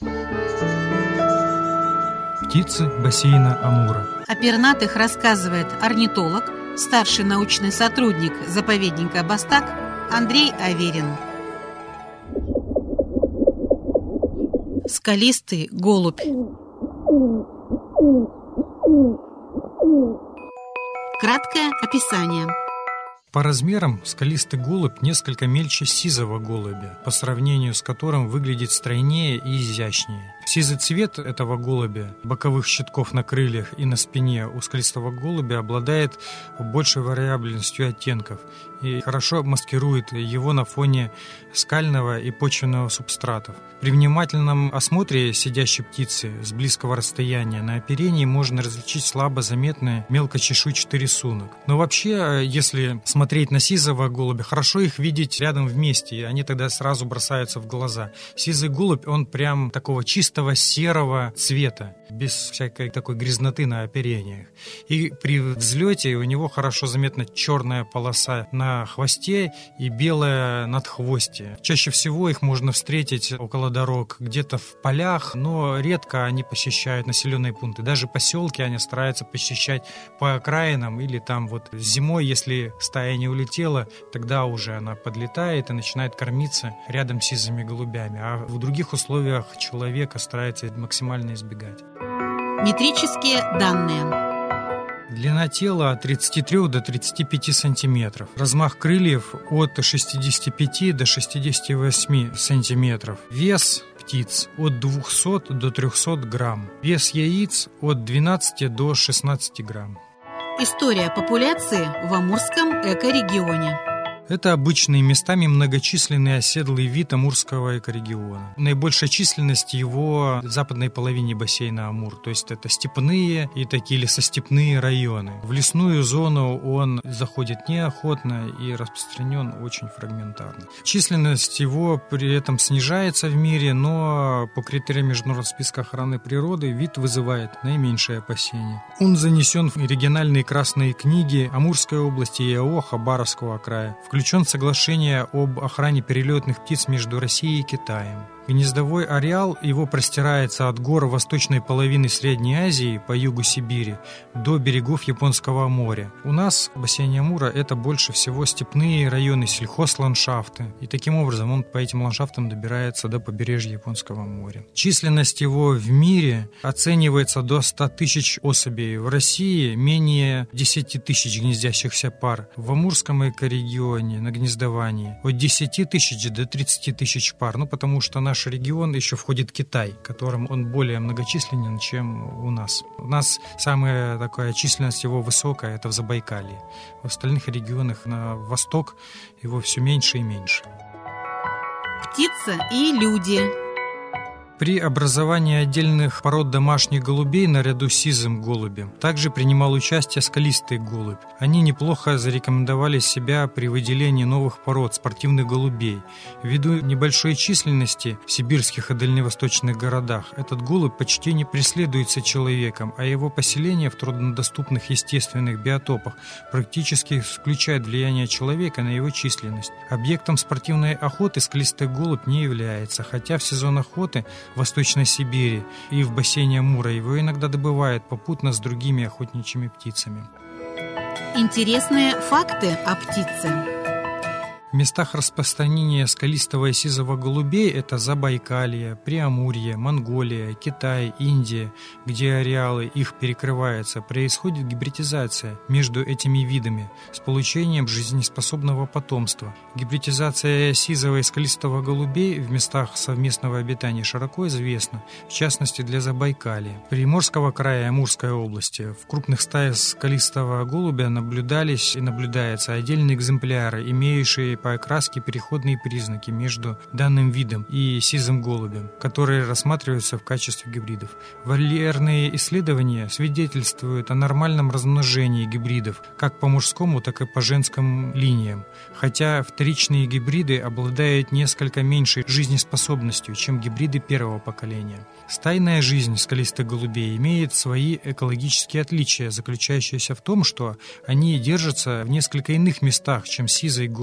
Птицы бассейна Амура. О пернатых рассказывает орнитолог, старший научный сотрудник заповедника Бастак Андрей Аверин. Скалистый голубь. Краткое описание. По размерам скалистый голубь несколько мельче сизого голубя, по сравнению с которым выглядит стройнее и изящнее. Сизый цвет этого голубя, боковых щитков на крыльях и на спине у скалистого голубя обладает большей вариабельностью оттенков и хорошо маскирует его на фоне скального и почвенного субстратов. При внимательном осмотре сидящей птицы с близкого расстояния на оперении можно различить слабо заметный мелкочешуйчатый рисунок. Но вообще, если смотреть на сизого голубя, хорошо их видеть рядом вместе, и они тогда сразу бросаются в глаза. Сизый голубь, он прям такого чистого серого цвета, без всякой такой грязноты на оперениях. И при взлете у него хорошо заметна черная полоса на хвосте и белая надхвостье. Чаще всего их можно встретить около дорог, где-то в полях, но редко они посещают населенные пункты. Даже поселки они стараются посещать по окраинам или там вот зимой, если стая не улетела, тогда уже она подлетает и начинает кормиться рядом с сизыми голубями. А в других условиях человека старается максимально избегать. Метрические данные. Длина тела от 33 до 35 сантиметров. Размах крыльев от 65 до 68 сантиметров. Вес птиц от 200 до 300 грамм. Вес яиц от 12 до 16 грамм. История популяции в Амурском экорегионе. Это обычный, местами многочисленный оседлый вид амурского экорегиона. Наибольшая численность его в западной половине бассейна Амур, то есть это степные и такие лесостепные районы. В лесную зону он заходит неохотно и распространен очень фрагментарно. Численность его при этом снижается в мире, но по критериям Международного списка охраны природы вид вызывает наименьшее опасение. Он занесен в региональные красные книги Амурской области и АО Хабаровского края. Включен в соглашение об охране перелетных птиц между Россией и Китаем. Гнездовой ареал его простирается от гор восточной половины Средней Азии по югу Сибири до берегов Японского моря. У нас в бассейне Амура это больше всего степные районы, сельхозландшафты. И таким образом он по этим ландшафтам добирается до побережья Японского моря. Численность его в мире оценивается до 100 тысяч особей. В России менее 10 тысяч гнездящихся пар. В Амурском экорегионе на гнездовании от 10 тысяч до 30 тысяч пар. Потому что наш регион еще входит Китай, которым он более многочисленен, чем у нас. У нас самая такая численность его высокая, это в Забайкалье. В остальных регионах на восток его все меньше и меньше. Птица и люди. При образовании отдельных пород домашних голубей наряду с сизым голубем также принимал участие скалистый голубь. Они неплохо зарекомендовали себя при выделении новых пород спортивных голубей. Ввиду небольшой численности в сибирских и дальневосточных городах этот голубь почти не преследуется человеком, а его поселение в труднодоступных естественных биотопах практически исключает влияние человека на его численность. Объектом спортивной охоты скалистый голубь не является, хотя в сезон охоты в Восточной Сибири и в бассейне Амура его иногда добывают попутно с другими охотничьими птицами. Интересные факты о птице. В местах распространения скалистого и сизого голубей это Забайкалье, Преамурье, Монголия, Китай, Индия, где ареалы их перекрываются, происходит гибридизация между этими видами с получением жизнеспособного потомства. Гибридизация сизого и скалистого голубей в местах совместного обитания широко известна, в частности для Забайкалья. Приморского края Амурской области в крупных стаях скалистого голубя наблюдались и наблюдаются отдельные экземпляры, имеющие по окраске переходные признаки между данным видом и сизым голубем, которые рассматриваются в качестве гибридов. Вольерные исследования свидетельствуют о нормальном размножении гибридов как по мужскому, так и по женским линиям, хотя вторичные гибриды обладают несколько меньшей жизнеспособностью, чем гибриды первого поколения. Стайная жизнь скалистых голубей имеет свои экологические отличия, заключающиеся в том, что они держатся в несколько иных местах, чем сизые голуби.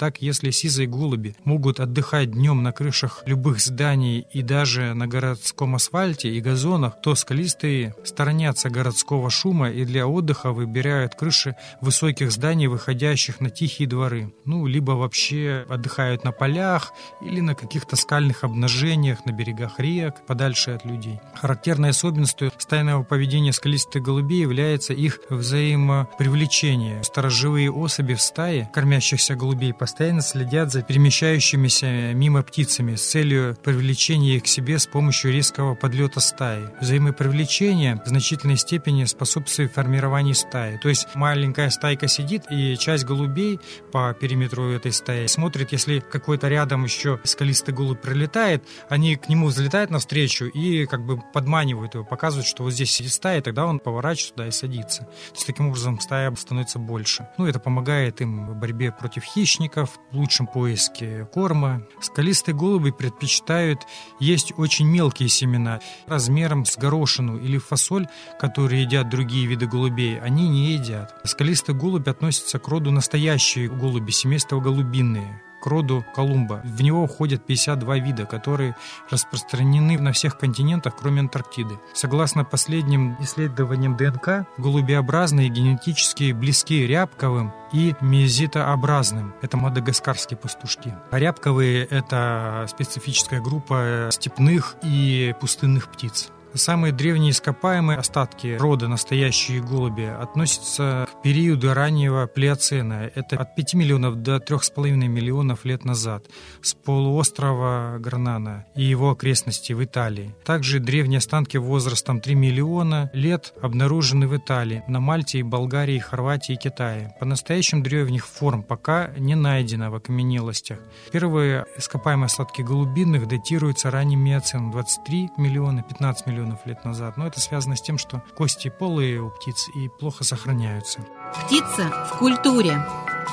Так, если сизые голуби могут отдыхать днем на крышах любых зданий и даже на городском асфальте и газонах, то скалистые сторонятся городского шума и для отдыха выбирают крыши высоких зданий, выходящих на тихие дворы. Либо вообще отдыхают на полях или на каких-то скальных обнажениях, на берегах рек, подальше от людей. Характерной особенностью стайного поведения скалистых голубей является их взаимопривлечение. Сторожевые особи в стае кормящихся голубей постоянно следят за перемещающимися мимо птицами с целью привлечения их к себе с помощью резкого подлета стаи. Взаимопривлечение в значительной степени способствует формированию стаи. То есть маленькая стайка сидит, и часть голубей по периметру этой стаи смотрит, если какой-то рядом еще скалистый голубь прилетает, они к нему взлетают навстречу и как бы подманивают его, показывают, что вот здесь сидит стая, и тогда он поворачивается туда и садится. То есть таким образом стая становится больше. Это помогает им в борьбе против хищников, в лучшем поиске корма. Скалистые голуби предпочитают есть очень мелкие семена размером с горошину или фасоль, которые едят другие виды голубей, они не едят. Скалистый голубь относится к роду настоящие голуби, семейства голубиные, к роду колумба. В него входят 52 вида, которые распространены на всех континентах, кроме Антарктиды. Согласно последним исследованиям ДНК, голубеобразные генетически близки рябковым и мезитообразным. Это мадагаскарские пастушки. А рябковые – это специфическая группа степных и пустынных птиц. Самые древние ископаемые остатки рода настоящие голуби относятся к периоду раннего плеоцена. Это от 5 миллионов до 3,5 миллионов лет назад с полуострова Гранана и его окрестностей в Италии. Также древние останки возрастом 3 миллиона лет обнаружены в Италии, на Мальте, Болгарии, Хорватии и Китае. По-настоящему древних форм пока не найдено в окаменелостях. Первые ископаемые остатки голубиных датируются ранним миоценом 23 миллиона, 15 миллионов лет назад. Но это связано с тем, что кости полые у птиц и плохо сохраняются. Птица в культуре.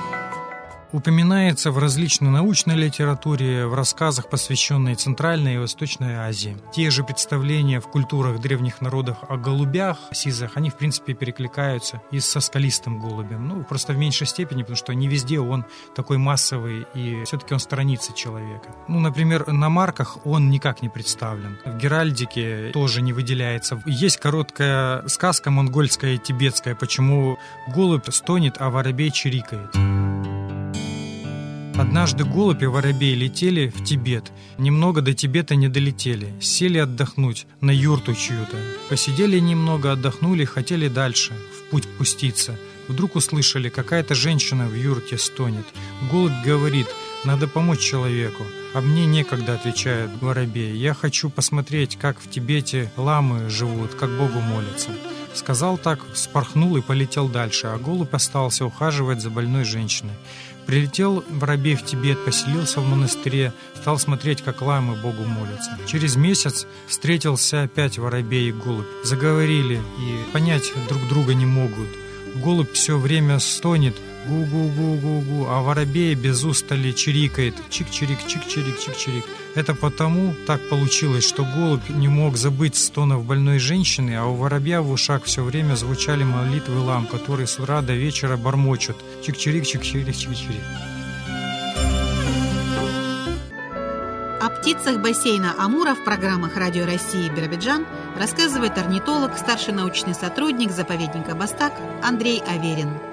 Упоминается в различной научной литературе, в рассказах, посвященных Центральной и Восточной Азии. Те же представления в культурах древних народов о голубях, сизых, они, в принципе, перекликаются и со скалистым голубем. Просто в меньшей степени, потому что не везде он такой массовый, и все-таки он сторонится человека. Например, на марках он никак не представлен. В геральдике тоже не выделяется. Есть короткая сказка монгольская и тибетская, почему голубь стонет, а воробей чирикает. Однажды голубь и воробей летели в Тибет. Немного до Тибета не долетели. Сели отдохнуть на юрту чью-то. Посидели немного, отдохнули, хотели дальше, в путь пуститься. Вдруг услышали, какая-то женщина в юрте стонет. Голубь говорит: надо помочь человеку. А мне некогда, отвечает воробей. Я хочу посмотреть, как в Тибете ламы живут, как Богу молятся. Сказал так, вспорхнул и полетел дальше, а голубь остался ухаживать за больной женщиной. Прилетел воробей в Тибет, поселился в монастыре, стал смотреть, как ламы Богу молятся. Через месяц встретился опять воробей и голубь. Заговорили и понять друг друга не могут. Голубь все время стонет гу-гу-гу-гу-гу, а воробей без устали чирикает чик-чирик, чик-чирик, чик-чирик. Это потому так получилось, что голубь не мог забыть стонов больной женщины, а у воробья в ушах все время звучали молитвы лам, которые с утра до вечера бормочут чик-чирик, чик-чирик, чик-чирик. О птицах бассейна Амура в программах Радио России Биробиджан рассказывает орнитолог, старший научный сотрудник заповедника Бастак Андрей Аверин.